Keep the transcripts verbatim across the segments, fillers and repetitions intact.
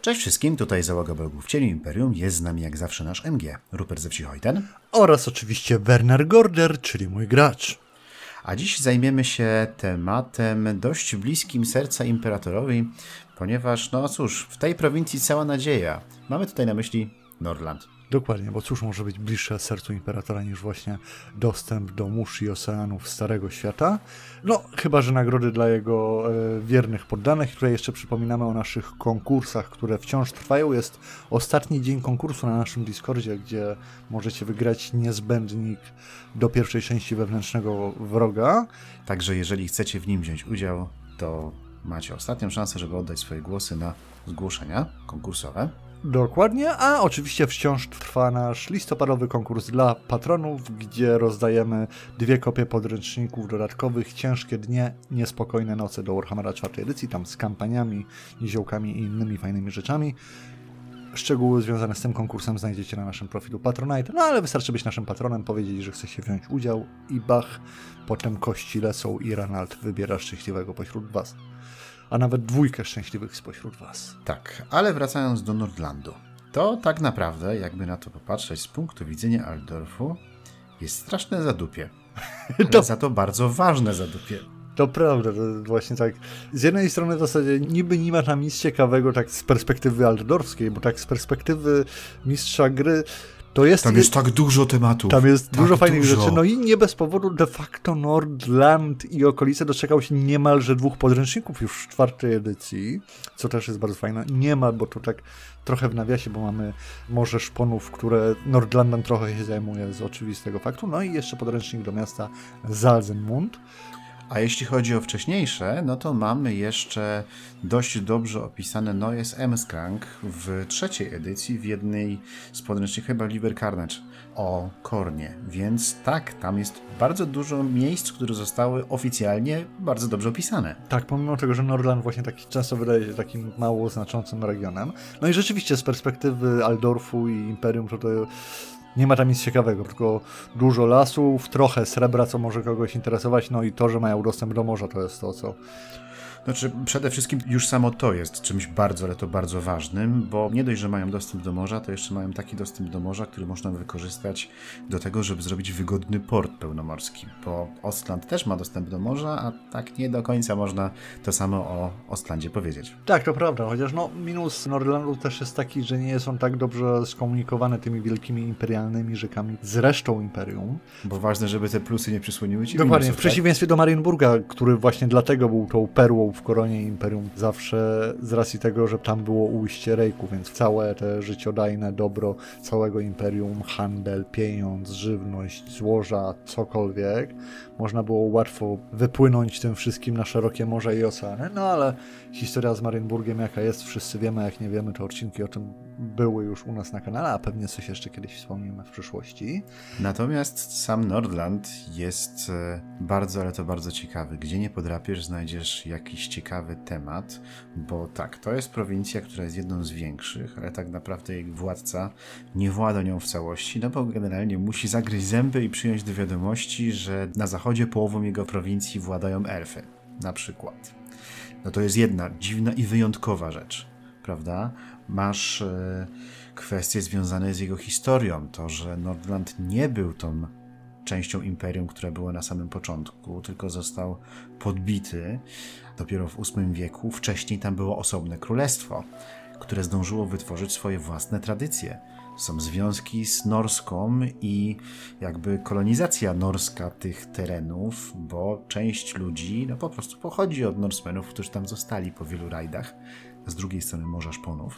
Cześć wszystkim, tutaj załoga Bogów w Cieniu Imperium, jest z nami jak zawsze nasz M G, Rupert ze Wsi Hojten. Oraz oczywiście Werner Gorder, czyli mój gracz. A dziś zajmiemy się tematem dość bliskim serca Imperatorowi, ponieważ, no cóż, w tej prowincji cała nadzieja. Mamy tutaj na myśli Nordland. Dokładnie, bo cóż może być bliższe sercu Imperatora niż właśnie dostęp do mórz i oceanów Starego Świata? No, chyba że nagrody dla jego e, wiernych poddanych. Tutaj jeszcze przypominamy o naszych konkursach, które wciąż trwają. Jest ostatni dzień konkursu na naszym Discordzie, gdzie możecie wygrać niezbędnik do pierwszej części Wewnętrznego Wroga. Także jeżeli chcecie w nim wziąć udział, to macie ostatnią szansę, żeby oddać swoje głosy na zgłoszenia konkursowe. Dokładnie, a oczywiście wciąż trwa nasz listopadowy konkurs dla patronów, gdzie rozdajemy dwie kopie podręczników dodatkowych, Ciężkie dnie, niespokojne noce do Warhammera czwartej edycji, tam z kampaniami, niziołkami i innymi fajnymi rzeczami. Szczegóły związane z tym konkursem znajdziecie na naszym profilu Patronite, no ale wystarczy być naszym patronem, powiedzieć, że chce się wziąć udział i bach, potem kości lecą i Ranald wybiera szczęśliwego pośród was. A nawet dwójkę szczęśliwych spośród was. Tak, ale wracając do Nordlandu, to tak naprawdę, jakby na to popatrzeć z punktu widzenia Altdorfu, jest straszne zadupie. Ale to... za to bardzo ważne zadupie. To prawda, to właśnie tak. Z jednej strony w zasadzie niby nie ma tam nic ciekawego tak z perspektywy altdorfskiej, bo tak z perspektywy mistrza gry to jest... Tam jest tak dużo tematów. Tam jest tak dużo fajnych dużo. rzeczy. No i nie bez powodu de facto Nordland i okolice doczekał się niemalże dwóch podręczników już w czwartej edycji, co też jest bardzo fajne. Niemal, bo to tak trochę w nawiasie, bo mamy Morze Szponów, które Nordlandem trochę się zajmuje z oczywistego faktu. No i jeszcze podręcznik do miasta Zalzenmund. A jeśli chodzi o wcześniejsze, no to mamy jeszcze dość dobrze opisane Neues Emskrank w trzeciej edycji, w jednej z podręczników, chyba Liber Carnage, o Kornie. Więc tak, tam jest bardzo dużo miejsc, które zostały oficjalnie bardzo dobrze opisane. Tak, pomimo tego, że Nordland właśnie taki często wydaje się takim mało znaczącym regionem. No i rzeczywiście z perspektywy Altdorfu i Imperium to to nie ma tam nic ciekawego, tylko dużo lasów, trochę srebra, co może kogoś interesować, no i to, że mają dostęp do morza, to jest to, co... Znaczy, przede wszystkim już samo to jest czymś bardzo, ale to bardzo ważnym, bo nie dość, że mają dostęp do morza, to jeszcze mają taki dostęp do morza, który można wykorzystać do tego, żeby zrobić wygodny port pełnomorski, bo Ostland też ma dostęp do morza, a tak nie do końca można to samo o Ostlandzie powiedzieć. Tak, to prawda, chociaż no minus Nordlandu też jest taki, że nie jest on tak dobrze skomunikowany tymi wielkimi imperialnymi rzekami z resztą Imperium. Bo ważne, żeby te plusy nie przysłoniły ci Dokładnie, minusów, w przeciwieństwie tak? do Marienburga, który właśnie dlatego był tą perłą w koronie Imperium zawsze z racji tego, że tam było ujście Rejku, więc całe te życiodajne dobro całego Imperium, handel, pieniądz, żywność, złoża, cokolwiek, można było łatwo wypłynąć tym wszystkim na szerokie morza i oceany, no ale historia z Marienburgiem jaka jest, wszyscy wiemy, jak nie wiemy, to odcinki o tym były już u nas na kanale, a pewnie coś jeszcze kiedyś wspomnimy w przyszłości. Natomiast sam Nordland jest bardzo, ale to bardzo ciekawy. Gdzie nie podrapiesz, znajdziesz jakiś ciekawy temat, bo tak, to jest prowincja, która jest jedną z większych, ale tak naprawdę jej władca nie włada nią w całości, no bo generalnie musi zagryźć zęby i przyjąć do wiadomości, że na zachodzie połową jego prowincji władają elfy, na przykład. No to jest jedna dziwna i wyjątkowa rzecz, prawda? Masz e, kwestie związane z jego historią, to, że Nordland nie był tą częścią imperium, która była na samym początku, tylko został podbity dopiero w ósmym wieku. Wcześniej tam było osobne królestwo, które zdążyło wytworzyć swoje własne tradycje. Są związki z Norską i jakby kolonizacja norska tych terenów, bo część ludzi no po prostu pochodzi od Norsemenów, którzy tam zostali po wielu rajdach z drugiej strony Morza Szponów.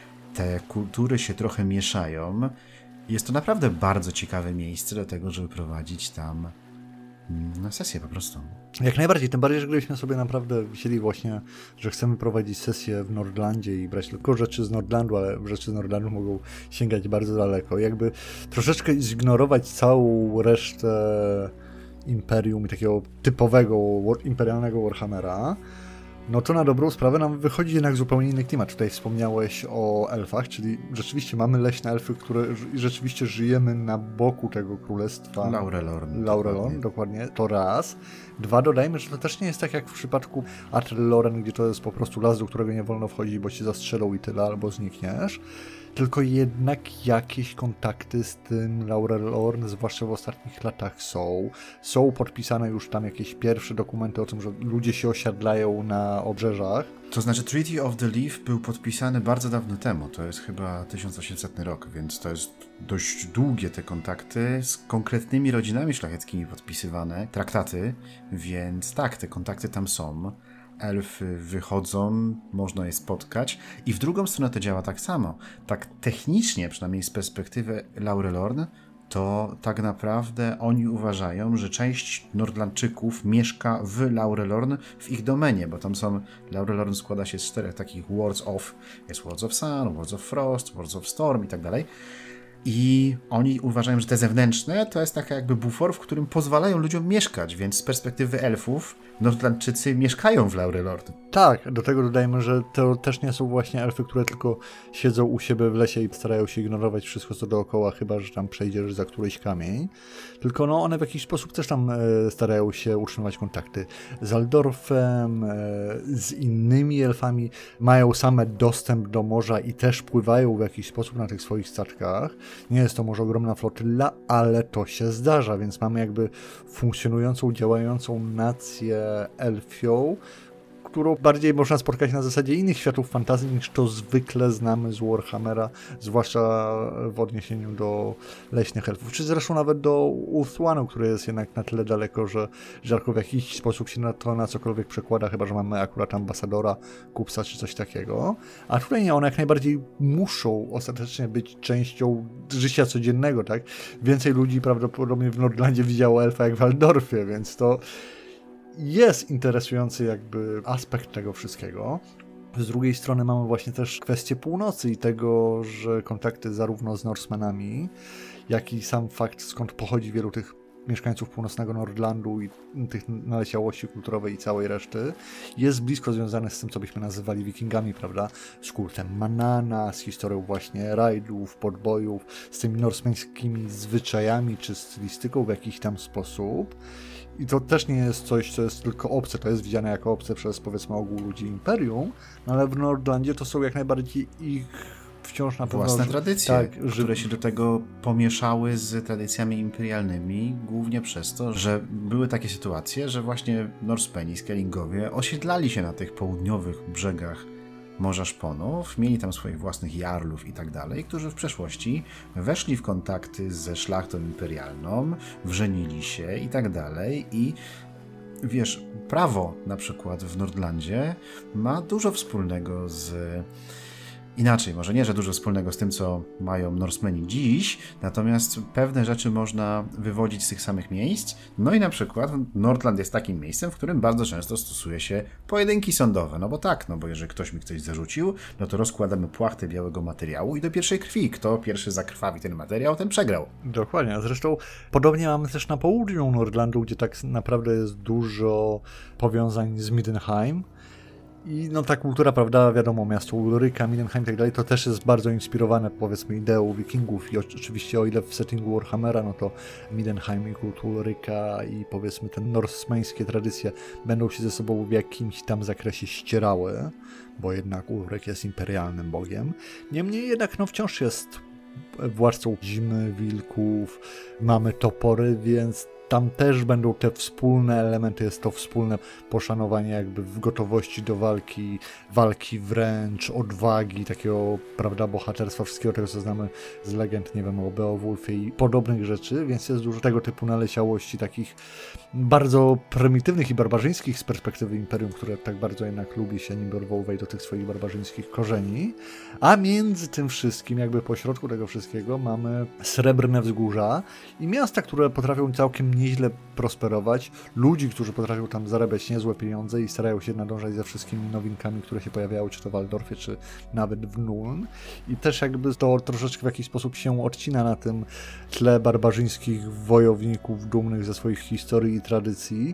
Te kultury się trochę mieszają. Jest to naprawdę bardzo ciekawe miejsce do tego, żeby prowadzić tam na sesję po prostu. Jak najbardziej, tym bardziej, że gdybyśmy sobie naprawdę wzięli właśnie, że chcemy prowadzić sesję w Nordlandzie i brać tylko rzeczy z Nordlandu, ale rzeczy z Nordlandu mogą sięgać bardzo daleko. Jakby troszeczkę zignorować całą resztę Imperium i takiego typowego imperialnego Warhammera, No to na dobrą sprawę nam wychodzi jednak zupełnie inny klimat. Tutaj wspomniałeś o elfach, czyli rzeczywiście mamy leśne elfy, które rzeczywiście żyjemy na boku tego królestwa. Laurelorn. Laurelorn, dokładnie. dokładnie. To raz. Dwa, dodajmy, że to też nie jest tak jak w przypadku Atelloren, gdzie to jest po prostu las, do którego nie wolno wchodzić, bo cię zastrzelą i tyle, albo znikniesz. Tylko jednak jakieś kontakty z tym Laurelorn, zwłaszcza w ostatnich latach są. Są podpisane już tam jakieś pierwsze dokumenty o tym, że ludzie się osiadlają na obrzeżach. To znaczy Treaty of the Leaf był podpisany bardzo dawno temu, to jest chyba tysiąc osiemsetny rok, więc to jest dość długie te kontakty, z konkretnymi rodzinami szlacheckimi podpisywane traktaty, więc tak, te kontakty tam są. Elfy wychodzą, można je spotkać i w drugą stronę to działa tak samo. Tak technicznie, przynajmniej z perspektywy Laurelorn, to tak naprawdę oni uważają, że część Nordlandczyków mieszka w Laurelorn w ich domenie, bo tam są, Laurelorn składa się z czterech takich Worlds of, jest Worlds of Sun, Worlds of Frost, Worlds of Storm i tak dalej. I oni uważają, że te zewnętrzne to jest taka jakby bufor, w którym pozwalają ludziom mieszkać, więc z perspektywy elfów Nordlandczycy mieszkają w Laurelorn. Tak, do tego dodajmy, że to też nie są właśnie elfy, które tylko siedzą u siebie w lesie i starają się ignorować wszystko, co dookoła, chyba że tam przejdziesz za któryś kamień. Tylko no one w jakiś sposób też tam e, starają się utrzymywać kontakty z Aldorfem, e, z innymi elfami, mają same dostęp do morza i też pływają w jakiś sposób na tych swoich statkach. Nie jest to może ogromna flotylla, ale to się zdarza, więc mamy jakby funkcjonującą, działającą nację elfią, którą bardziej można spotkać na zasadzie innych światów fantazji, niż to zwykle znamy z Warhammera, zwłaszcza w odniesieniu do leśnych elfów, czy zresztą nawet do Ulthuanu, który jest jednak na tyle daleko, że rzadko w jakiś sposób się na to na cokolwiek przekłada, chyba że mamy akurat ambasadora, kupca czy coś takiego. A tutaj nie, one jak najbardziej muszą ostatecznie być częścią życia codziennego, tak? Więcej ludzi prawdopodobnie w Nordlandzie widziało elfa jak w Waldorfie, więc to jest interesujący jakby aspekt tego wszystkiego. Z drugiej strony mamy właśnie też kwestię północy i tego, że kontakty zarówno z Norsemenami, jak i sam fakt, skąd pochodzi wielu tych mieszkańców północnego Nordlandu i tych naleciałości kulturowej i całej reszty, jest blisko związany z tym, co byśmy nazywali wikingami, prawda? Z kultem Manana, z historią właśnie rajdów, podbojów, z tymi norsmeńskimi zwyczajami czy stylistyką w jakiś tam sposób. I to też nie jest coś, co jest tylko obce, to jest widziane jako obce przez, powiedzmy, ogół ludzi Imperium, no ale w Nordlandzie to są jak najbardziej ich wciąż na pewno... Własne tradycje, tak, które że... się do tego pomieszały z tradycjami imperialnymi, głównie przez to, że były takie sytuacje, że właśnie Norsmeni, Skellingowie osiedlali się na tych południowych brzegach Morza Szponów, mieli tam swoich własnych jarlów i tak dalej, którzy w przeszłości weszli w kontakty ze szlachtą imperialną, wżenili się i tak dalej i wiesz, prawo na przykład w Nordlandzie ma dużo wspólnego z... Inaczej, może nie, że dużo wspólnego z tym, co mają Norsemeni dziś, natomiast pewne rzeczy można wywodzić z tych samych miejsc. No i na przykład Nordland jest takim miejscem, w którym bardzo często stosuje się pojedynki sądowe. No bo tak, no bo jeżeli ktoś mi coś zarzucił, no to rozkładamy płachtę białego materiału i do pierwszej krwi. Kto pierwszy zakrwawi ten materiał, ten przegrał. Dokładnie, a zresztą podobnie mamy też na południu Nordlandu, gdzie tak naprawdę jest dużo powiązań z Middenheim. I no ta kultura, prawda, wiadomo, miasto Ulryka, Middenheim i tak dalej, to też jest bardzo inspirowane, powiedzmy, ideą wikingów i oczywiście o ile w settingu Warhammera, no to Middenheim i kult Ulryka i powiedzmy te norsmeńskie tradycje będą się ze sobą w jakimś tam zakresie ścierały, bo jednak Ulryk jest imperialnym bogiem. Niemniej jednak no wciąż jest władcą zimy, wilków, mamy topory, więc tam też będą te wspólne elementy, jest to wspólne poszanowanie jakby w gotowości do walki, walki wręcz, odwagi, takiego, prawda, bohaterstwa, wszystkiego tego, co znamy z legend, nie wiem, o Beowulfie i podobnych rzeczy, więc jest dużo tego typu naleciałości, takich bardzo prymitywnych i barbarzyńskich z perspektywy Imperium, które tak bardzo jednak lubi się nim odwoływać do tych swoich barbarzyńskich korzeni, a między tym wszystkim, jakby pośrodku tego wszystkiego mamy srebrne wzgórza i miasta, które potrafią całkiem nieźle prosperować, ludzi, którzy potrafią tam zarabiać niezłe pieniądze i starają się nadążać ze wszystkimi nowinkami, które się pojawiały, czy to w Waldorfie, czy nawet w Nuln. I też jakby to troszeczkę w jakiś sposób się odcina na tym tle barbarzyńskich wojowników dumnych ze swoich historii i tradycji,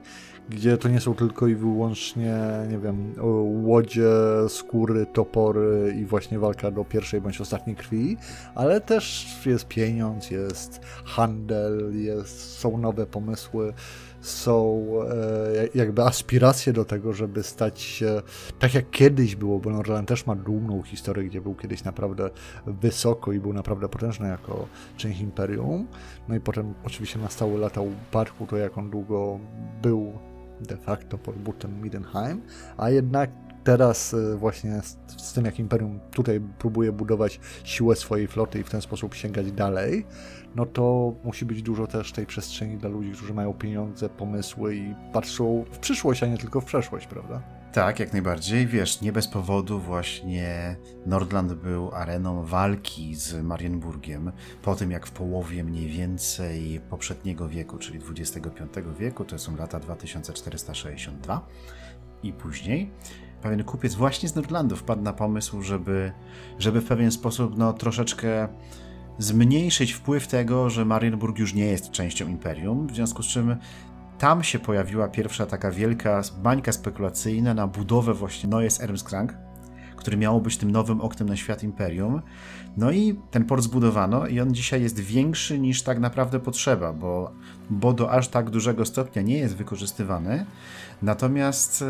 gdzie to nie są tylko i wyłącznie, nie wiem, łodzie, skóry, topory i właśnie walka do pierwszej bądź ostatniej krwi, ale też jest pieniądz, jest handel, jest, są nowe pomysły, są e, jakby aspiracje do tego, żeby stać się tak jak kiedyś było, bo Nordland też ma dumną historię, gdzie był kiedyś naprawdę wysoko i był naprawdę potężny jako część Imperium. No i potem oczywiście nastały lata upadku, to jak on długo był de facto pod butem Middenheim, a jednak teraz właśnie z, z tym jak Imperium tutaj próbuje budować siłę swojej floty i w ten sposób sięgać dalej, no to musi być dużo też tej przestrzeni dla ludzi, którzy mają pieniądze, pomysły i patrzą w przyszłość, a nie tylko w przeszłość, prawda? Tak, jak najbardziej. Wiesz, nie bez powodu właśnie Nordland był areną walki z Marienburgiem po tym, jak w połowie mniej więcej poprzedniego wieku, czyli dwudziestego piątego wieku, to są lata dwa tysiące czterysta sześćdziesiąt dwa i później, pewien kupiec właśnie z Nordlandu wpadł na pomysł, żeby, żeby w pewien sposób no, troszeczkę zmniejszyć wpływ tego, że Marienburg już nie jest częścią Imperium, w związku z czym tam się pojawiła pierwsza taka wielka bańka spekulacyjna na budowę właśnie Neues Ermskrank, który miało być tym nowym oknem na świat Imperium. No i ten port zbudowano i on dzisiaj jest większy niż tak naprawdę potrzeba, bo, bo do aż tak dużego stopnia nie jest wykorzystywany. Natomiast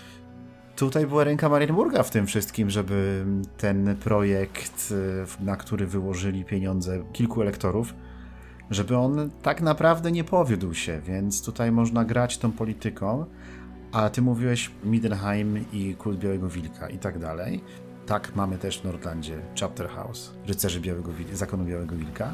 tutaj była ręka Marienburga w tym wszystkim, żeby ten projekt, na który wyłożyli pieniądze kilku elektorów, żeby on tak naprawdę nie powiódł się, więc tutaj można grać tą polityką, a ty mówiłeś Middenheim i Kult Białego Wilka i tak dalej. Tak, mamy też w Nordlandzie Chapter House, Rycerzy Białego Wil- Zakonu Białego Wilka,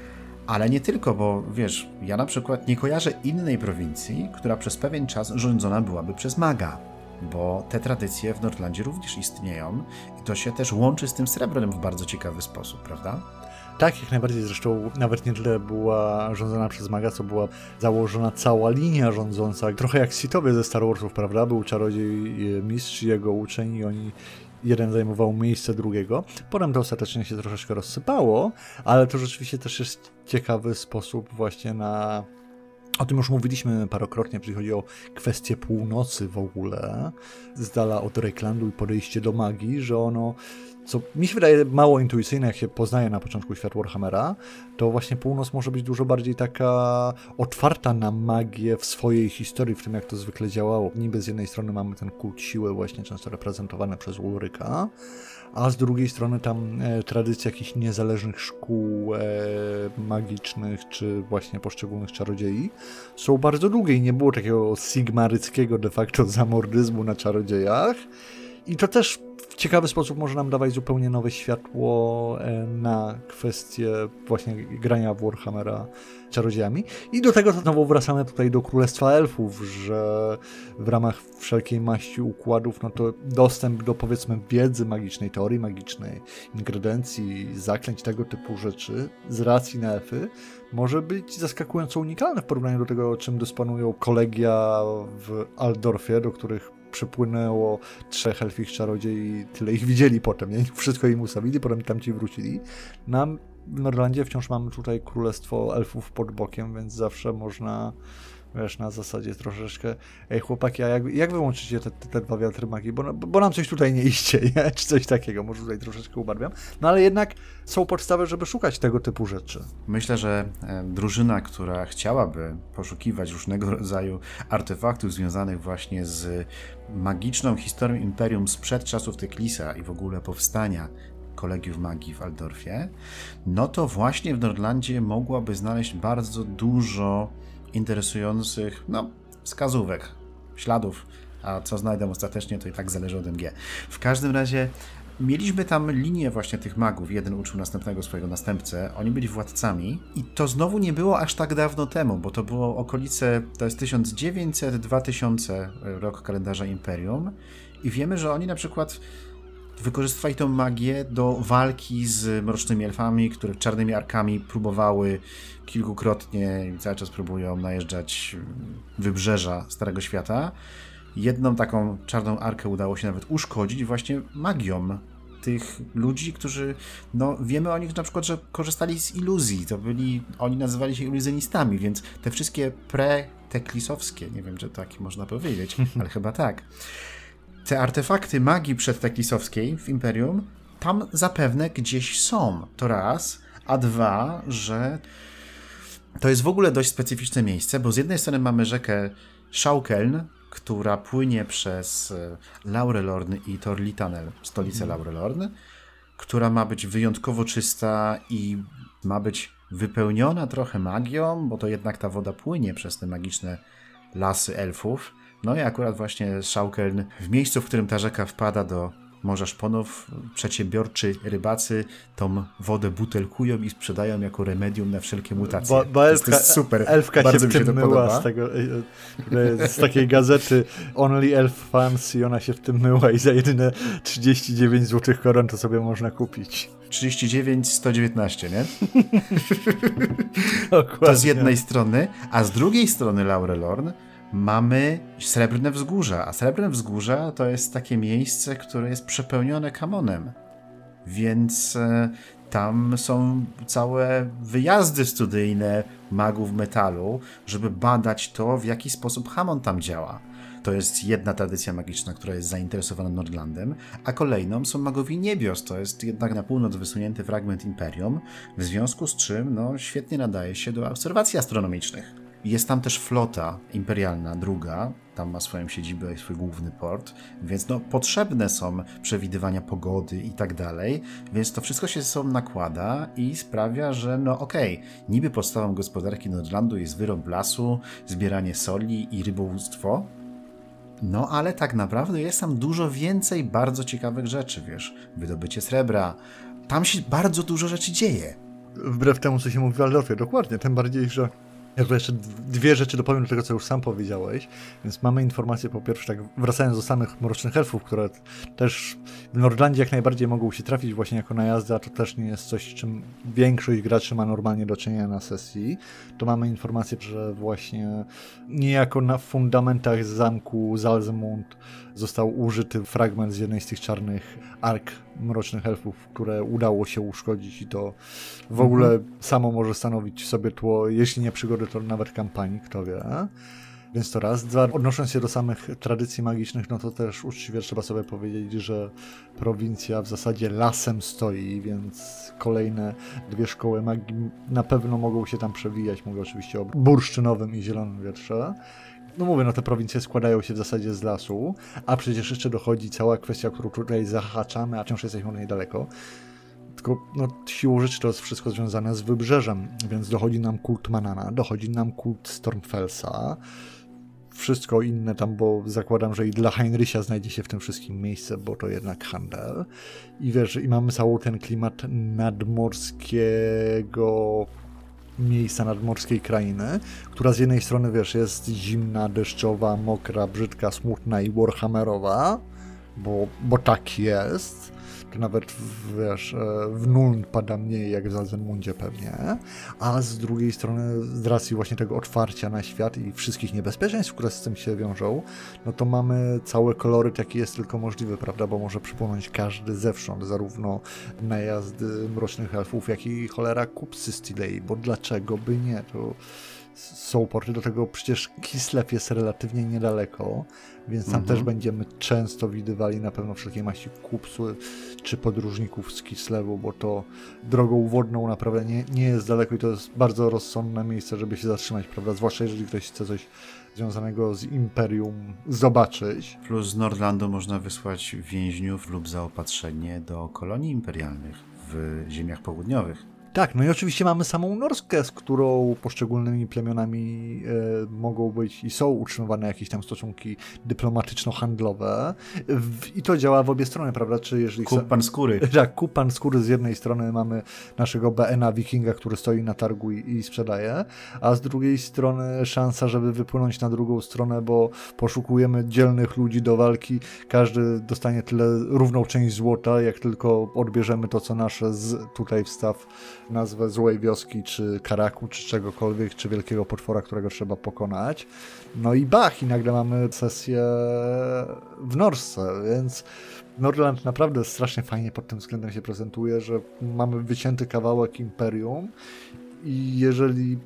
ale nie tylko, bo wiesz, ja na przykład nie kojarzę innej prowincji, która przez pewien czas rządzona byłaby przez maga, bo te tradycje w Nordlandzie również istnieją i to się też łączy z tym srebrem w bardzo ciekawy sposób, prawda? Tak, jak najbardziej. Zresztą nawet nie tyle była rządzona przez maga, co była założona cała linia rządząca. Trochę jak Sithowie ze Star Warsów, prawda? Był czarodziej mistrz i jego uczeń i oni jeden zajmował miejsce drugiego. Potem to ostatecznie się troszeczkę rozsypało, ale to rzeczywiście też jest ciekawy sposób właśnie na... O tym już mówiliśmy parokrotnie, jeżeli chodzi o kwestię północy w ogóle, z dala od Reiklandu i podejście do magii, że ono, co mi się wydaje mało intuicyjne, jak się poznaje na początku świat Warhammera, to właśnie północ może być dużo bardziej taka otwarta na magię w swojej historii, w tym jak to zwykle działało. Niby z jednej strony mamy ten kult siły właśnie często reprezentowany przez Ulryka, a z drugiej strony tam e, tradycja jakichś niezależnych szkół e, magicznych, czy właśnie poszczególnych czarodziei są bardzo długie i nie było takiego sigmaryckiego de facto zamordyzmu na czarodziejach. I to też w ciekawy sposób może nam dawać zupełnie nowe światło e, na kwestię właśnie grania w Warhammera czarodziejami. I do tego znowu wracamy tutaj do Królestwa Elfów, że w ramach wszelkiej maści układów, no to dostęp do powiedzmy wiedzy magicznej, teorii magicznej, ingredencji, zaklęć, tego typu rzeczy z racji na elfy może być zaskakująco unikalne w porównaniu do tego, czym dysponują kolegia w Altdorfie, do których przypłynęło trzech elfich czarodziei, tyle ich widzieli potem, nie? Wszystko im ustawili, potem tamci wrócili. Nam w Nordlandzie wciąż mamy tutaj królestwo elfów pod bokiem, więc zawsze można, wiesz, na zasadzie troszeczkę, ej chłopaki, a jak, jak wyłączycie te, te, te dwa wiatry magii, bo, bo nam coś tutaj nie iście, nie? Czy coś takiego, może tutaj troszeczkę ubarwiam, no ale jednak są podstawy, żeby szukać tego typu rzeczy. Myślę, że drużyna, która chciałaby poszukiwać różnego rodzaju artefaktów związanych właśnie z magiczną historią Imperium sprzed czasów Teklisa i w ogóle powstania Kolegiów Magii w Altdorfie, no to właśnie w Nordlandzie mogłaby znaleźć bardzo dużo interesujących, no, wskazówek, śladów, a co znajdę ostatecznie, to i tak zależy od M G. W każdym razie mieliśmy tam linię właśnie tych magów, jeden uczył następnego swojego następcę, oni byli władcami i to znowu nie było aż tak dawno temu, bo to było okolice, to jest tysiąc dziewięćset do dwa tysiące rok kalendarza Imperium i wiemy, że oni na przykład wykorzystywali tą magię do walki z mrocznymi elfami, które czarnymi arkami próbowały kilkukrotnie i cały czas próbują najeżdżać wybrzeża Starego Świata. Jedną taką czarną arkę udało się nawet uszkodzić właśnie magią tych ludzi, którzy, no wiemy o nich na przykład, że korzystali z iluzji, to byli, oni nazywali się iluzjonistami, więc te wszystkie pre przedteklisowskie, nie wiem, czy tak można powiedzieć, ale chyba tak. Te artefakty magii przedteklisowskiej w Imperium tam zapewne gdzieś są, to raz, a dwa, że to jest w ogóle dość specyficzne miejsce, bo z jednej strony mamy rzekę Szaukeln, która płynie przez Laurelorn i Torlitanel, stolicę mm. Laurelorn, która ma być wyjątkowo czysta i ma być wypełniona trochę magią, bo to jednak ta woda płynie przez te magiczne lasy elfów. No i akurat właśnie Szaukeln, w miejscu, w którym ta rzeka wpada do Morza Szponów, przedsiębiorczy rybacy tą wodę butelkują i sprzedają jako remedium na wszelkie mutacje. Bo, bo elfka, to jest super. Elfka Bardzo się mi się to myła podoba. Z, tego, z takiej gazety Only Elf Fans i ona się w tym myła i za jedyne trzydzieści dziewięć złotych koron to sobie można kupić. trzydzieści dziewięć sto dziewiętnaście, nie? Dokładnie. To z jednej strony, a z drugiej strony Laurelorn mamy Srebrne Wzgórza, a Srebrne Wzgórza to jest takie miejsce, które jest przepełnione kamonem, więc e, tam są całe wyjazdy studyjne magów metalu, żeby badać to, w jaki sposób Hamon tam działa. To jest jedna tradycja magiczna, która jest zainteresowana Nordlandem, a kolejną są magowie niebios. To jest jednak na północ wysunięty fragment Imperium, w związku z czym no, świetnie nadaje się do obserwacji astronomicznych. Jest tam też flota imperialna, druga, tam ma swoją siedzibę i swój główny port, więc no, potrzebne są przewidywania pogody i tak dalej, więc to wszystko się ze sobą nakłada i sprawia, że no okej, okay, niby podstawą gospodarki Nordlandu jest wyrąb lasu, zbieranie soli i rybołówstwo, no ale tak naprawdę jest tam dużo więcej bardzo ciekawych rzeczy, wiesz, wydobycie srebra, tam się bardzo dużo rzeczy dzieje. Wbrew temu, co się mówi w Waldorfie, dokładnie, tym bardziej, że ja tu jeszcze dwie rzeczy dopowiem do tego, co już sam powiedziałeś, więc mamy informację po pierwsze, tak wracając do samych Mrocznych Elfów, które też w Nordlandzie jak najbardziej mogą się trafić właśnie jako najazdy, a to też nie jest coś, czym większość graczy ma normalnie do czynienia na sesji, to mamy informację, że właśnie niejako na fundamentach zamku Zalzmund został użyty fragment z jednej z tych czarnych ark Mrocznych Elfów, które udało się uszkodzić i to w ogóle mhm. samo może stanowić sobie tło, jeśli nie przygody, to nawet kampanii, kto wie. Więc to raz. Dwa, odnosząc się do samych tradycji magicznych, no to też uczciwie trzeba sobie powiedzieć, że prowincja w zasadzie lasem stoi, więc kolejne dwie szkoły magii na pewno mogą się tam przewijać. Mówię oczywiście o bursztynowym i zielonym wietrze. No mówię, no te prowincje składają się w zasadzie z lasu, a przecież jeszcze dochodzi cała kwestia, którą tutaj zahaczamy, a wciąż jesteśmy od niej daleko. Tylko no, siłą rzeczy to jest wszystko związane z wybrzeżem, więc dochodzi nam kult Manana, dochodzi nam kult Stormfellsa, wszystko inne tam, bo zakładam, że i dla Heinricha znajdzie się w tym wszystkim miejsce, bo to jednak handel. I wiesz, i mamy cały ten klimat nadmorskiego miejsca, nadmorskiej krainy, która z jednej strony, wiesz, jest zimna, deszczowa, mokra, brzydka, smutna i warhammerowa, bo, bo tak jest. To nawet, wiesz, w Nuln pada mniej jak w Zalzenmundzie pewnie, a z drugiej strony z racji właśnie tego otwarcia na świat i wszystkich niebezpieczeństw, które z tym się wiążą, no to mamy cały koloryt, jaki jest tylko możliwy, prawda, bo może przypomnieć każdy zewsząd, zarówno najazdy Mrocznych Elfów, jak i cholera kupcy z Tilei, bo dlaczego by nie, to są porty, do tego przecież Kislev jest relatywnie niedaleko, więc tam mhm. też będziemy często widywali na pewno wszelkiej maści kupców czy podróżników z Kislewu, bo to drogą wodną naprawdę nie, nie jest daleko i to jest bardzo rozsądne miejsce, żeby się zatrzymać, prawda, zwłaszcza jeżeli ktoś chce coś związanego z Imperium zobaczyć. Plus z Nordlandu można wysłać więźniów lub zaopatrzenie do kolonii imperialnych w ziemiach południowych. Tak, no i oczywiście mamy samą Norskę, z którą poszczególnymi plemionami e, mogą być i są utrzymywane jakieś tam stosunki dyplomatyczno-handlowe w, i to działa w obie strony, prawda? Czy jeżeli kup pan skóry. Tak, kup pan skóry z jednej strony mamy naszego B N A Wikinga, który stoi na targu i, i sprzedaje, a z drugiej strony szansa, żeby wypłynąć na drugą stronę, bo poszukujemy dzielnych ludzi do walki, każdy dostanie tyle równą część złota, jak tylko odbierzemy to, co nasze z tutaj wstaw nazwę złej wioski, czy Karaku, czy czegokolwiek, czy wielkiego potwora, którego trzeba pokonać. No i bach, i nagle mamy sesję w Norsce, więc Nordland naprawdę strasznie fajnie pod tym względem się prezentuje, że mamy wycięty kawałek imperium i jeżeli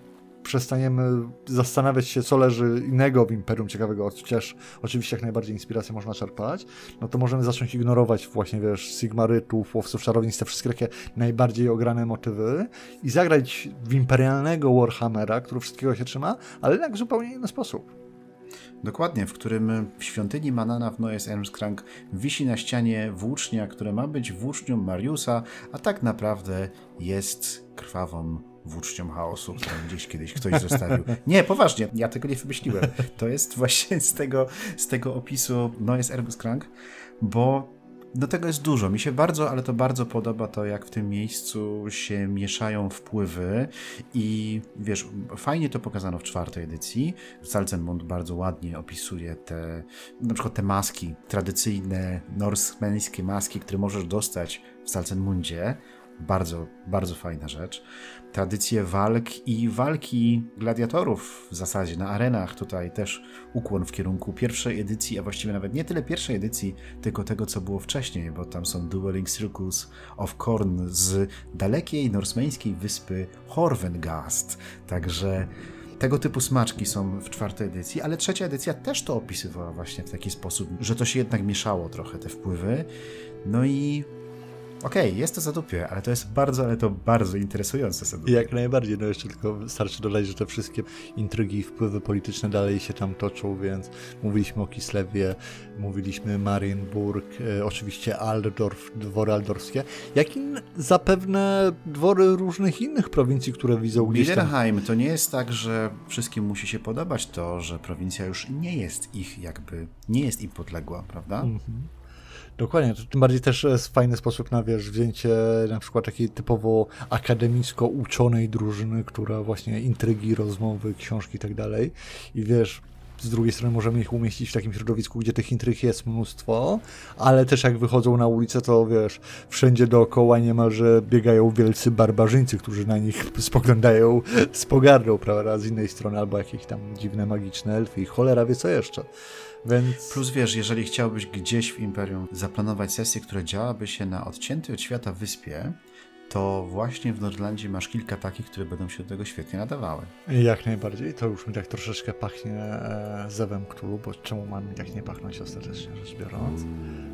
przestaniemy zastanawiać się, co leży innego w Imperium ciekawego, chociaż oczywiście jak najbardziej inspirację można czerpać, no to możemy zacząć ignorować właśnie, wiesz, Sigmarytów, Łowców Czarownic, te wszystkie takie najbardziej ograne motywy i zagrać w imperialnego Warhammera, który wszystkiego się trzyma, ale jednak w zupełnie inny sposób. Dokładnie, w którym w świątyni Manana w Noes Ermskrank wisi na ścianie włócznia, która ma być włócznią Mariusa, a tak naprawdę jest krwawą włócznią chaosu, którą gdzieś kiedyś ktoś zostawił. Nie, poważnie, ja tego nie wymyśliłem. To jest właśnie z tego, z tego opisu Noes Ermskrank, bo do tego jest dużo. Mi się bardzo, ale to bardzo podoba to, jak w tym miejscu się mieszają wpływy i wiesz, fajnie to pokazano w czwartej edycji. Salzenmund bardzo ładnie opisuje te, na przykład te maski, tradycyjne norsmeńskie maski, które możesz dostać w Salzenmundzie. Bardzo, bardzo fajna rzecz. Tradycje walk i walki gladiatorów w zasadzie na arenach. Tutaj też ukłon w kierunku pierwszej edycji, a właściwie nawet nie tyle pierwszej edycji, tylko tego, co było wcześniej, bo tam są Dueling Circles of Khorne z dalekiej norsmeńskiej wyspy Horvengast. Także tego typu smaczki są w czwartej edycji, ale trzecia edycja też to opisywała właśnie w taki sposób, że to się jednak mieszało trochę, te wpływy. No i okej, okay, jest to zadupie, ale to jest bardzo, ale to bardzo interesujące zadupie. Jak najbardziej, no jeszcze tylko wystarczy dodać, że te wszystkie intrygi i wpływy polityczne dalej się tam toczą, więc mówiliśmy o Kislewie, mówiliśmy Marienburg, e, oczywiście Altdorf, dwory aldorskie, jak i zapewne dwory różnych innych prowincji, które widzą gdzieś tam. Niederheim, to nie jest tak, że wszystkim musi się podobać to, że prowincja już nie jest ich jakby, nie jest im podległa, prawda? Mhm. Dokładnie, to tym bardziej też jest fajny sposób na, wiesz, wzięcie na przykład takiej typowo akademicko uczonej drużyny, która właśnie intrygi, rozmowy, książki i tak dalej. I wiesz, z drugiej strony możemy ich umieścić w takim środowisku, gdzie tych intryg jest mnóstwo, ale też jak wychodzą na ulicę, to wiesz, wszędzie dookoła niemalże biegają wielcy barbarzyńcy, którzy na nich spoglądają z pogardą, prawda, z innej strony, albo jakieś tam dziwne, magiczne elfy i cholera wie co jeszcze. Więc... Plus wiesz, jeżeli chciałbyś gdzieś w Imperium zaplanować sesję, która działaby się na odciętej od świata wyspie, to właśnie w Nordlandzie masz kilka takich, które będą się do tego świetnie nadawały. Jak najbardziej. To już mi tak troszeczkę pachnie e, zewem Cthulhu, bo czemu mam mi tak nie pachnąć ostatecznie rzecz biorąc?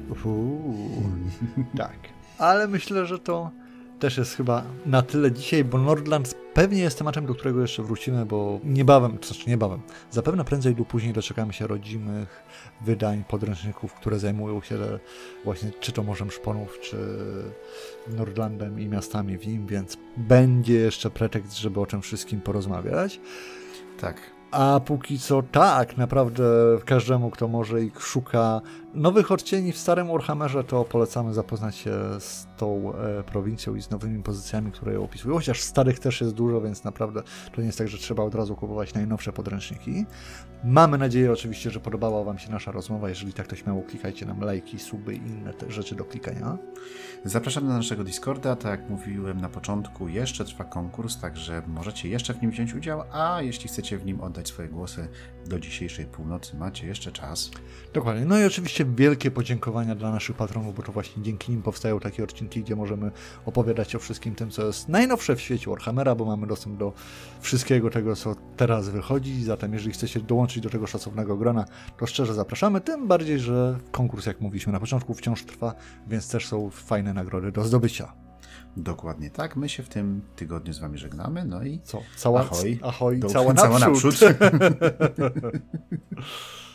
Uuu. Tak. Ale myślę, że to też jest chyba na tyle dzisiaj, bo Nordland pewnie jest tematem, do którego jeszcze wrócimy, bo niebawem, to znaczy niebawem, zapewne prędzej lub później doczekamy się rodzimych wydań, podręczników, które zajmują się właśnie czy to Morzem Szponów, czy Nordlandem i miastami w nim, więc będzie jeszcze pretekst, żeby o czym wszystkim porozmawiać. Tak. A póki co tak, naprawdę każdemu, kto może i szuka nowych odcieni w starym Warhammerze, to polecamy zapoznać się z tą e, prowincją i z nowymi pozycjami, które ją opisują. Chociaż starych też jest dużo, więc naprawdę to nie jest tak, że trzeba od razu kupować najnowsze podręczniki. Mamy nadzieję oczywiście, że podobała Wam się nasza rozmowa. Jeżeli tak, to śmiało klikajcie nam lajki, suby i inne te rzeczy do klikania. Zapraszamy na naszego Discorda. Tak jak mówiłem na początku, jeszcze trwa konkurs, także możecie jeszcze w nim wziąć udział, a jeśli chcecie w nim oddać swoje głosy do dzisiejszej północy, macie jeszcze czas. Dokładnie. No i oczywiście wielkie podziękowania dla naszych patronów, bo to właśnie dzięki nim powstają takie odcinki, gdzie możemy opowiadać o wszystkim tym, co jest najnowsze w świecie Warhammera, bo mamy dostęp do wszystkiego tego, co teraz wychodzi. Zatem jeżeli chcecie dołączyć do tego szacownego grona, to szczerze zapraszamy, tym bardziej, że konkurs, jak mówiliśmy na początku, wciąż trwa, więc też są fajne nagrody do zdobycia. Dokładnie tak. My się w tym tygodniu z Wami żegnamy. No i co? Cała, ahoj. Ahoj, Do, cała cała naprzód. naprzód.